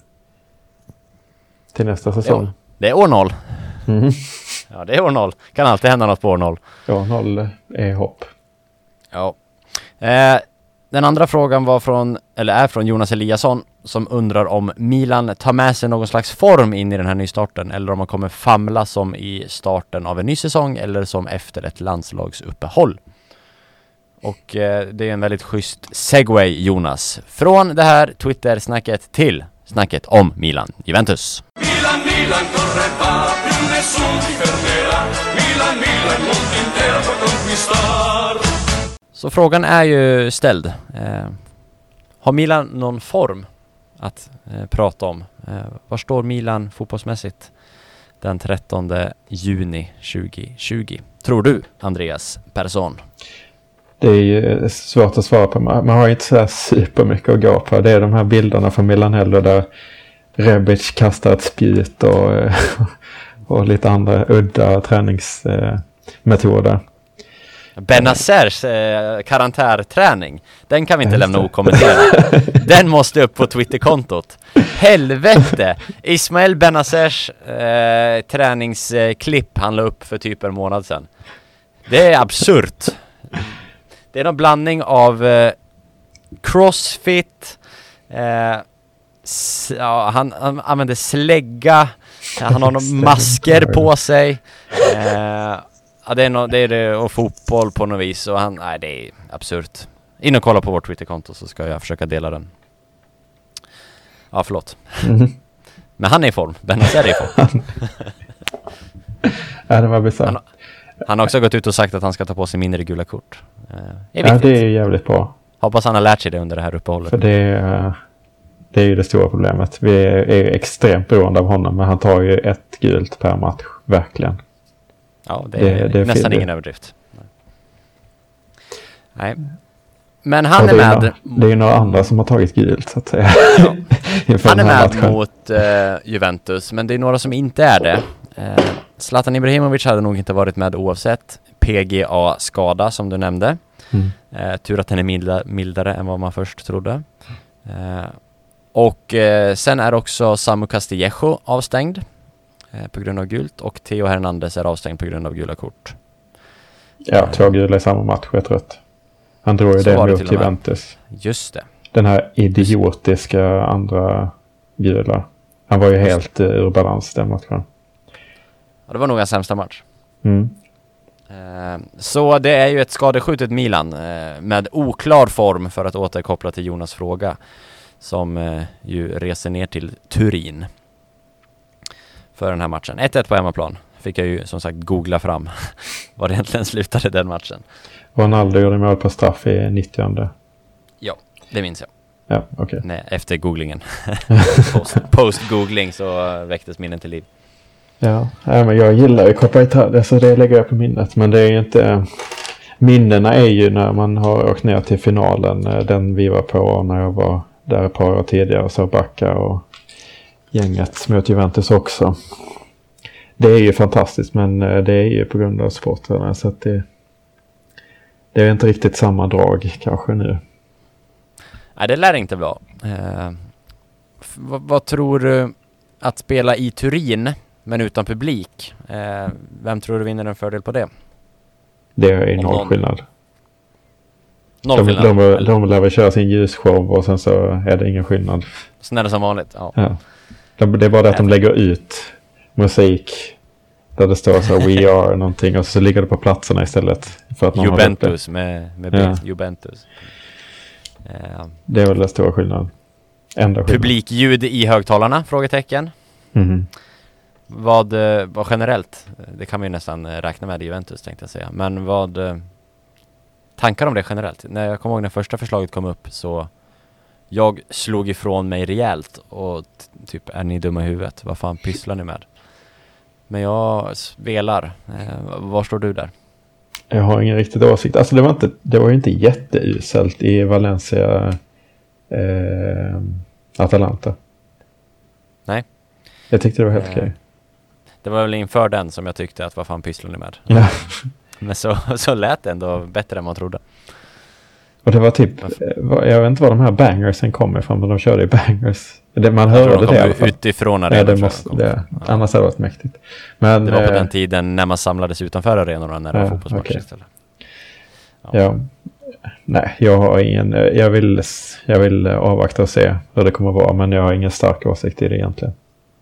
till nästa säsong. Ja, det är år noll. Mm. Ja, det är år noll. Kan alltid hända något på år noll. År noll är hopp. Ja. Eh, den andra frågan var från, eller är från Jonas Eliasson som undrar om Milan tar med sig någon slags form in i den här nystarten eller om man kommer famla som i starten av en ny säsong eller som efter ett landslagsuppehåll. Och eh, det är en väldigt schysst segway, Jonas. Från det här Twitter-snacket till snacket om Milan Juventus. Milan, Milan, corre va, più nessuno ti fermerà. Milan, Milan, mondo intero può conquistar. Så frågan är ju ställd. Eh, har Milan någon form att eh, prata om? Eh, var står Milan fotbollsmässigt den trettonde juni tjugohundratjugo? Tror du, Andreas Persson? Det är ju svårt att svara på. Man har inte så här supermycket att gå på. Det är de här bilderna från Milanello där Rebic kastar ett spjut och, och lite andra udda träningsmetoder. Benazers eh, karantärträning, den kan vi inte lämna okommenterad. Den måste upp på Twitterkontot. Helvete! Ismael Benazers eh, träningsklipp han la upp för typ en månad sedan. Det är absurt. Det är en blandning av eh, crossfit, eh, s- ja, han, han använder slägga, han har några masker på sig. Eh, Ja, det är, no, det är det och fotboll på något vis och han, nej det är absurt. In och kolla på vårt Twitterkonto så ska jag försöka dela den. Ja, förlåt. Mm. Men han är i form. Benazer är i form. Ja, det var bisarrt. Han, han har också gått ut och sagt att han ska ta på sig mindre gula kort. Eh, det är ja, det är jävligt bra. Hoppas han har lärt sig det under det här uppehållet. För det är, det är ju det stora problemet. Vi är, är extremt beroende av honom men han tar ju ett gult per match, verkligen. Ja, det är, det, det är nästan fin, ingen det. överdrift. Nej. Men han är, är med... Några, det är ju några andra som har tagit gult, så att säga. Ja. Han är med matchen. mot uh, Juventus, men det är några som inte är det. Uh, Zlatan Ibrahimovic hade nog inte varit med oavsett. P G A-skada, som du nämnde. Mm. Uh, tur att den är milda, mildare än vad man först trodde. Uh, och uh, sen är också Samu Castillejo avstängd på grund av gult och Theo Hernandez är avstängd på grund av gula kort. Ja, två gula i samma match, jag trött. Han drog ju det mot Juventus. Just det. Den här idiotiska andra gula. Han var ju Just helt uh, ur balans den matchen. Ja, det var nog en sämsta match. Mm. Uh, så det är ju ett skadeskjutet Milan uh, med oklar form för att återkoppla till Jonas fråga som uh, ju reser ner till Turin för den här matchen. ett ett på hemmaplan. Fick jag ju som sagt googla fram vad det egentligen slutade den matchen. Ronaldo gjorde mål på straff i nittionde. Ja, det minns jag. Ja, okej. Okay. Nej, efter googlingen. Post, post-googling så väcktes minnen till liv. Ja, ja men jag gillar ju Coppa Italia så det lägger jag på minnet. Men det är ju inte... Minnena är ju när man har åkt ner till finalen. Den vi var på när jag var där ett par år tidigare och så Backa och gänget mot Juventus också. Det är ju fantastiskt men det är ju på grund av sporterna så att det, det är inte riktigt samma drag kanske nu. Nej, det lär inte vara. Eh, f- vad, vad tror du att spela i Turin men utan publik. Eh, vem tror du vinner en fördel på det? Det är Om noll någon- skillnad. Noll De, skillnad. de, de, Eller- de lär väl köra sin ljusshow och sen så är det ingen skillnad. Sen är det som vanligt. Ja. Ja. De, det är bara det att de lägger ut musik där det står så We Are någonting och så ligger det på platserna istället. För att någon har döpt det. Juventus med, med Ja. bild. Juventus. Eh, Det är väl den stora skillnaden. Enda skillnaden. publikljud i högtalarna? Frågetecken. Mhm. Vad, eh, vad generellt, det kan vi ju nästan eh, räkna med i Juventus tänkte jag säga. Men vad eh, tankar om det generellt? När jag kommer ihåg när första förslaget kom upp så jag slog ifrån mig rejält och t- typ är ni dumma i huvudet? Vad fan pysslar ni med? Men jag spelar. Eh, var står du där? Jag har ingen riktigt åsikt. Alltså det var inte, det var ju inte jätteuselt i Valencia eh, Atalanta. Nej. Jag tyckte det var helt Eh, okej. Det var väl inför den som jag tyckte att vad fan pysslar ni med? Ja. Men så, så lät det ändå bättre än man trodde. Och det var typ, eh, vad- jag vet inte var de här bangersen kommer ifrån, men de körde ju bangers. Det, man Jag tror hörde de det i kom alla fall. utifrån Ja, arenan. det tror jag måste, de kom. det, Ja. annars hade det varit mäktigt. Men, Det var på eh, den tiden när man samlades utanför arenorna när det var Ja, fotbollsmatcher okej. istället. Ja. Nej, jag har ingen, jag vill, jag vill avvakta och se hur det kommer att vara, men jag har ingen stark åsikt i det egentligen.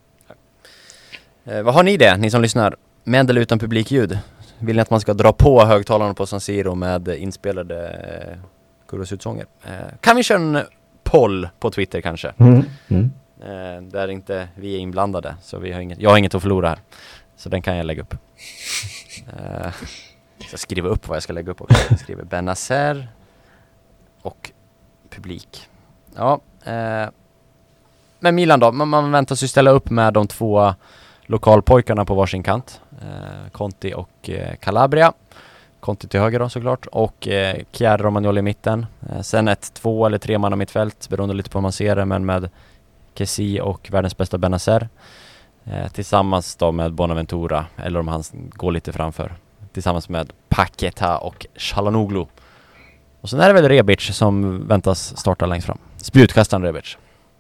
Eh, vad har ni det, ni som lyssnar? Med eller utan publikljud? Vill ni att man ska dra på högtalarna på San Siro med inspelade eh, Kurosutsånger? Eh, kan vi köra en poll på Twitter kanske? Mm. Mm. Eh, där inte vi är inblandade, så vi har inget, jag har inget att förlora här. Så den kan jag lägga upp. Eh, jag ska skriva upp vad jag ska lägga upp också. Jag skriver Benazer och publik. Ja, eh, men Milan då? Man, man väntar sig ställa upp med de två lokalpojkarna på varsin kant. Eh, Conti och eh, Calabria. Conti till höger då såklart. Och eh, Chiara Romagnoli i mitten. Eh, sen ett två eller tre man mittfält, beroende lite på hur man ser det, men med Kessie och världens bästa Benazer. Eh, tillsammans då med Bonaventura, eller om han går lite framför. Tillsammans med Paqueta och Çalhanoğlu. Och sen är det väl Rebic som väntas starta längst fram. Spjutkastaren Rebic.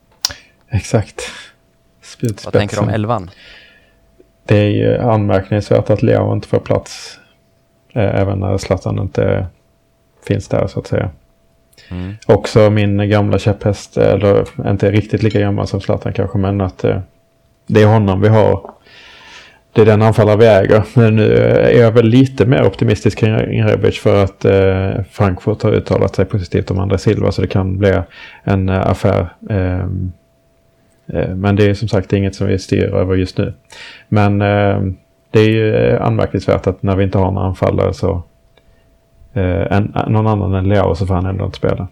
Exakt. Spjutspetsen. Vad tänker du om elvan? Det är ju anmärkningsvärt att Leo inte får plats. Eh, även när Zlatan inte finns där så att säga. Mm. Också min gamla käpphäst, eller inte riktigt lika gammal som Zlatan kanske, men att eh, det är honom vi har. Det är den anfallare vi äger. Men nu är jag väl lite mer optimistisk kring Rebic för att eh, Frankfurt har uttalat sig positivt om André Silva, så det kan bli en eh, affär. Eh, eh, men det är som sagt inget som vi styr över just nu. Men eh, det är ju anmärkningsvärt att när vi inte har några anfallare så eh, en, någon annan än Leo så får han ändå inte spela.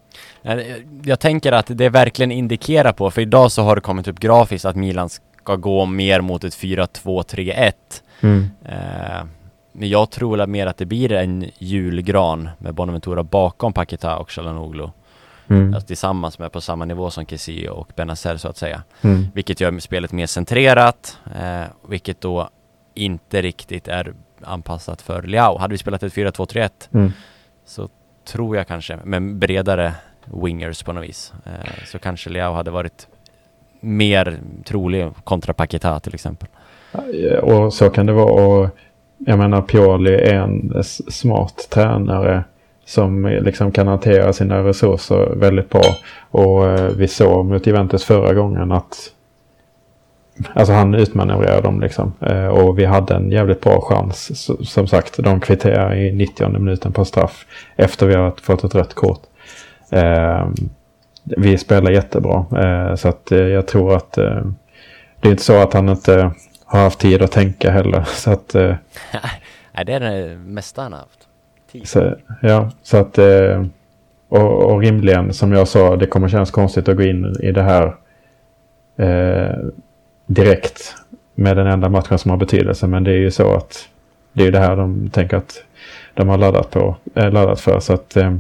Jag tänker att det verkligen indikerar på, för idag så har det kommit upp grafiskt att Milan ska gå mer mot ett fyra två tre ett. Mm. Eh, men jag tror mer att det blir en julgran med Bonaventura bakom Paqueta och Çalhanoğlu. Mm. Alltså tillsammans med på samma nivå som Kessie och Benazer så att säga. Mm. Vilket gör spelet mer centrerat, eh, vilket då inte riktigt är anpassat för Leao. Hade vi spelat ett fyra två tre ett Mm. så tror jag kanske med bredare wingers på något vis, eh, så kanske Leao hade varit mer trolig kontra Paqueta till exempel. Och så kan det vara. Och jag menar, Pioli är en s- smart tränare som liksom kan hantera sina resurser väldigt bra. Och eh, vi såg mot Juventus förra gången att alltså han utmanövrerade dem liksom. Eh, och vi hade en jävligt bra chans. S- som sagt, de kvitterar i nittionde minuten på straff efter vi har fått ett rött kort. Eh, vi spelar jättebra. Eh, så att eh, jag tror att eh, det är inte så att han inte har haft tid att tänka heller. Så att, eh, Nej, det är det mesta han har haft. Tid. så, ja, så att eh, och, och rimligen, som jag sa, det kommer kännas konstigt att gå in i det här eh, direkt med den enda matchen som har betydelse. Men det är ju så att det är ju det här de tänker att de har laddat på, äh, laddat för. Så att eh,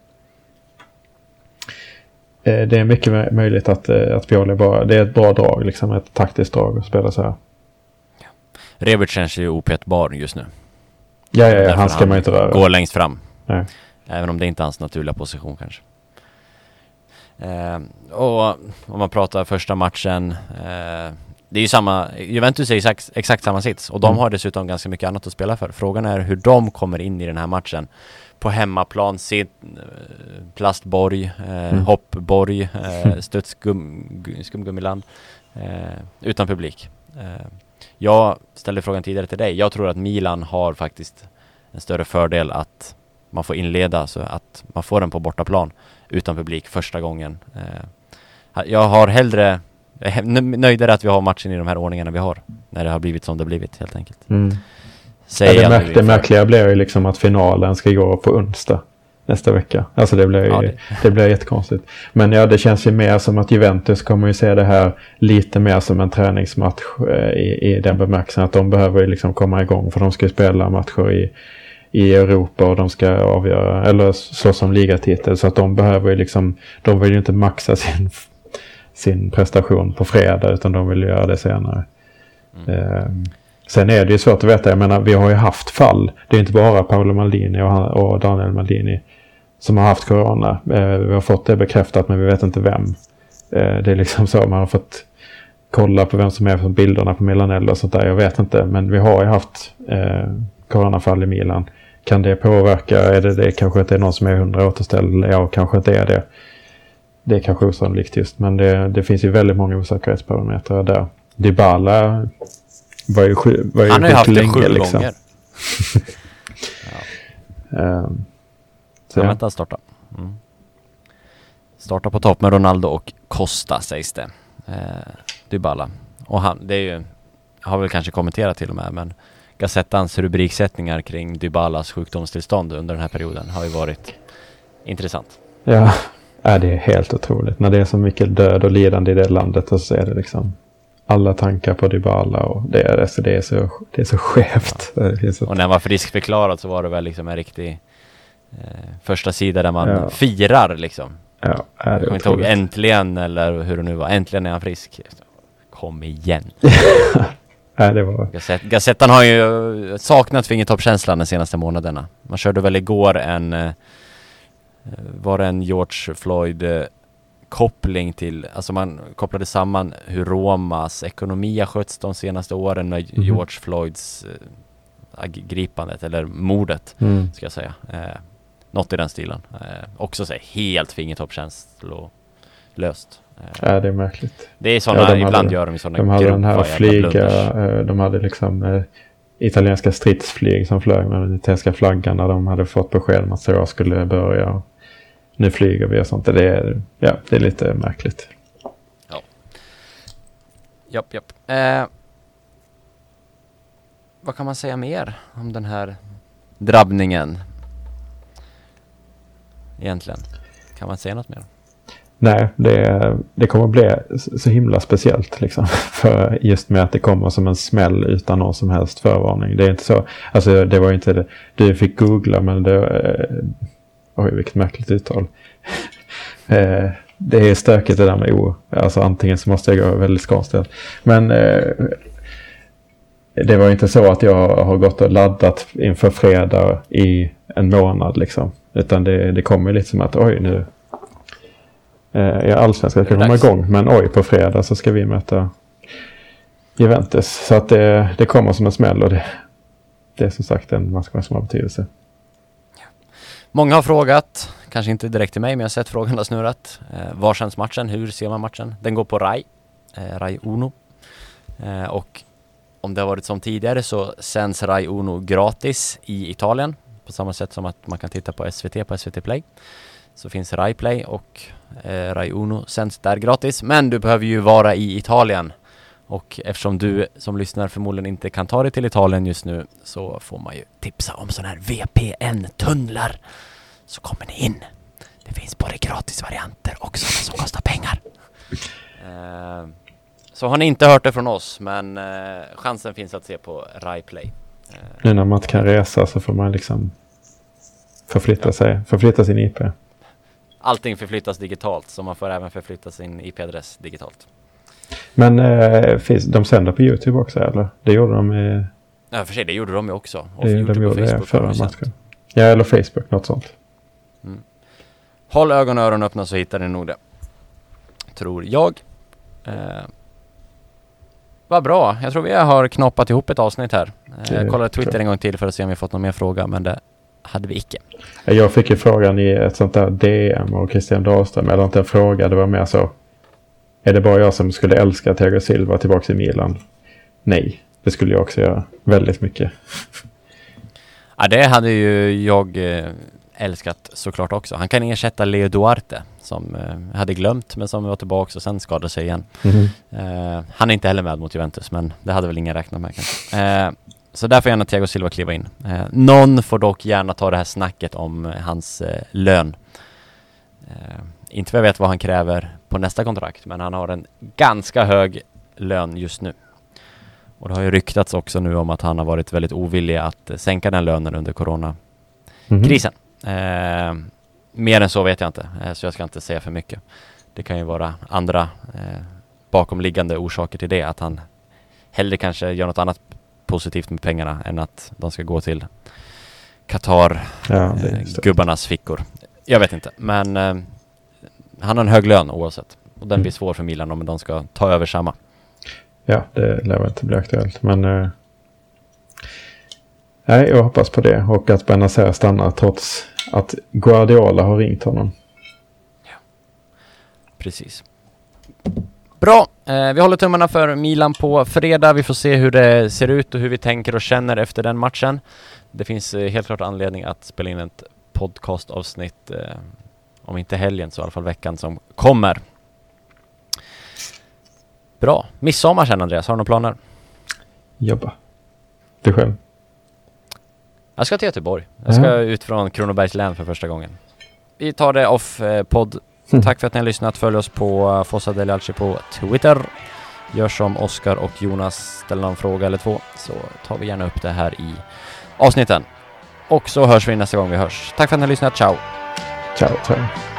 det är mycket möjligt att, att Pioli bara, det är ett bra drag, liksom ett taktiskt drag att spela så här. Rebic känns ju opetbar just nu. Ja, ja, ja Därför han ska man inte röra. går längst fram. Nej. Även om det inte är hans naturliga position kanske. Eh, och om man pratar första matchen. Eh, det är ju samma, Juventus är exakt, exakt samma sits och de mm. har dessutom ganska mycket annat att spela för. Frågan är hur de kommer in i den här matchen. På hemmaplan, sit, plastborg, eh, mm. hoppborg, eh, studsgum, skumgummiland, eh, utan publik. Eh, jag ställde frågan tidigare till dig. Jag tror att Milan har faktiskt en större fördel att man får inleda, så att man får den på bortaplan utan publik första gången. Eh, jag har hellre Jag är nöjdare att vi har matchen i de här ordningarna vi har. När det har blivit som det har blivit helt enkelt. Mm. Ja, det märk- det märkliga blir ju liksom att finalen ska gå på onsdag nästa vecka. Alltså det blir, ja, det. det blir jättekonstigt. Men ja, det känns ju mer som att Juventus kommer ju se det här lite mer som en träningsmatch eh, i, i den bemärkelsen att de behöver ju liksom komma igång, för de ska ju spela matcher i, i Europa och de ska avgöra, eller så som ligatitel, så att de behöver ju liksom, de vill ju inte maxa sin sin prestation på fredag, utan de vill göra det senare. Mm. Eh, sen är det ju svårt att veta, jag menar, vi har ju haft fall. Det är inte bara Paolo Maldini och, han, och Daniel Maldini som har haft corona. Eh, vi har fått det bekräftat, men vi vet inte vem. Eh, det är liksom så, man har fått kolla på vem som är från bilderna på Milanello och sånt där. Jag vet inte, men vi har ju haft eh, coronafall i Milan. Kan det påverka? Är det, det kanske inte är någon som är hundra återställd? Ja, kanske inte är det. Det är kanske osannolikt just, men det, det finns ju väldigt många osäkerhetsparametrar där. Dybala var ju, var ju han har ju haft det länge, sju liksom. gånger. ja. um, så ja. Vänta, starta. Mm. Starta på topp med Ronaldo och Costa, sägs det. Eh, Dybala. Och han, det är ju, har väl kanske kommenterat till och med, men Gazettans rubriksättningar kring Dybalas sjukdomstillstånd under den här perioden har ju varit intressant. Ja. Ja, det är helt otroligt. När det är så mycket död och lidande i det landet, och så är det liksom alla tankar på Dybala, och det är, alltså det är, så, det är så skevt. Ja. Det är så... Och när han var friskförklarad så var det väl liksom en riktig eh, första sida där man ja. firar liksom. Ja, är det jag kommer inte ihåg äntligen, eller hur det nu var. Äntligen är han frisk. Kom igen. Ja, det var... Gazett, Gazettan har ju saknat fingertoppkänslan de senaste månaderna. Man körde väl igår en... Eh, var det en George Floyd eh, koppling till, alltså man kopplade samman hur Romas ekonomi har skötts de senaste åren med mm. George Floyds eh, gripandet eller mordet, mm. ska jag säga. Eh, något i den stilen. Eh, också så här, helt fingertoppkänslolöst. Eh, ja, det är märkligt. Det är sådana, ja, ibland hade, gör de sådana. De hade den här flyga, eh, de hade liksom eh, italienska stridsflyg som flög med den italienska flaggan när de hade fått besked om att Serie A skulle börja. Nu flyger vi och sånt. Det är, ja, det är lite märkligt. Ja. Japp, japp. Eh, vad kan man säga mer om den här drabbningen? Egentligen. Kan man säga något mer? Nej, det, det kommer bli så himla speciellt liksom. För just med att det kommer som en smäll utan någon som helst förvarning. Det är inte så, alltså det var inte det. Du fick googla, men det eh, oj, vilket märkligt uttal. eh, det är stökigt det där med o. Alltså antingen så måste jag gå väldigt skånställt. Men eh, det var inte så att jag har gått och laddat inför fredag i en månad liksom. Utan det, det kommer lite som att oj nu eh, jag allsvenskan ska komma igång, men oj, på fredag så ska vi möta Juventus. Så att det, det kommer som en smäll, och det, det är som sagt en match som har betydelse. Många har frågat, kanske inte direkt till mig, men jag har sett frågan har snurrat. Eh, var känns matchen? Hur ser man matchen? Den går på Rai, eh, Rai Uno. Eh, och om det har varit som tidigare så sänds Rai Uno gratis i Italien. På samma sätt som att man kan titta på S V T på S V T Play. Så finns Rai Play och eh, Rai Uno sänds där gratis. Men du behöver ju vara i Italien. Och eftersom du som lyssnar förmodligen inte kan ta dig till Italien just nu, så får man ju tipsa om sådana här V P N-tunnlar. Så kommer ni in. Det finns både gratisvarianter och sådana som kostar pengar. eh, så har ni inte hört det från oss, men eh, chansen finns att se på Rai Play. Eh, nu när man inte kan resa så får man liksom förflytta ja. sig, förflytta sin I P. Allting förflyttas digitalt, så man får även förflytta sin I P-adress digitalt. Men eh, finns, de sänder på YouTube också, eller? Det gjorde de i... Ja, för sig, det gjorde de ju också. Och det, YouTube de gjorde och Facebook förra matchen. Ja, eller Facebook, något sånt. Mm. Håll ögon och öron öppna så hittar ni nog det. Tror jag. Eh, Vad bra. Jag tror vi har knoppat ihop ett avsnitt här. Det Jag kollade Twitter tror jag. en gång till för att se om vi fått någon mer fråga, men det hade vi icke. Jag fick ju frågan i ett sånt där D M och Christian Dahlström. Eller inte en fråga, det var mer så. Är det bara jag som skulle älska Thiago Silva tillbaka i Milan? Nej, det skulle jag också göra. Väldigt mycket. Ja, det hade ju jag eh, älskat såklart också. Han kan ersätta Leo Duarte som eh, hade glömt men som var tillbaka och sen skadade sig igen. Mm. Eh, han är inte heller med mot Juventus, men det hade väl ingen räknat med kanske. Eh, så därför gärna Thiago Silva kliva in. Eh, någon får dock gärna ta det här snacket om eh, hans eh, lön. Eh, inte för jag vet vad han kräver på nästa kontrakt, men han har en ganska hög lön just nu. Och det har ju ryktats också nu om att han har varit väldigt ovillig att eh, sänka den lönen under coronakrisen. Mm. Eh, mer än så vet jag inte, eh, så jag ska inte säga för mycket. Det kan ju vara andra eh, bakomliggande orsaker till det, att han hellre kanske gör något annat positivt med pengarna än att de ska gå till Qatar, Ja, det är eh, just det. gubbarnas fickor. Jag vet inte, men eh, han har en hög lön oavsett. Och den Mm. blir svår för Milan om de ska ta över samma. Ja, det lär väl inte bli aktuellt. Men eh, nej, jag hoppas på det. Och att Benazer stannar trots att Guardiola har ringt honom. Precis. Bra, eh, vi håller tummarna för Milan på fredag. Vi får se hur det ser ut och hur vi tänker och känner efter den matchen. Det finns eh, helt klart anledning att spela in ett podcastavsnitt eh, om inte helgen så i alla fall veckan som kommer. Bra, midsommar sen Andreas, har du några planer? Jobba. Du själv? Jag ska till Göteborg. Jag ska Mm. ut från Kronobergs län för första gången. Vi tar det off eh, podd. Mm. Tack för att ni har lyssnat. Följ oss på uh, Fossa Deli Alci på Twitter. Gör som Oskar och Jonas, ställer någon fråga eller två, så tar vi gärna upp det här i avsnitten. Och så hörs vi nästa gång vi hörs. Tack för att ni har lyssnat. Ciao! Ciao, ciao.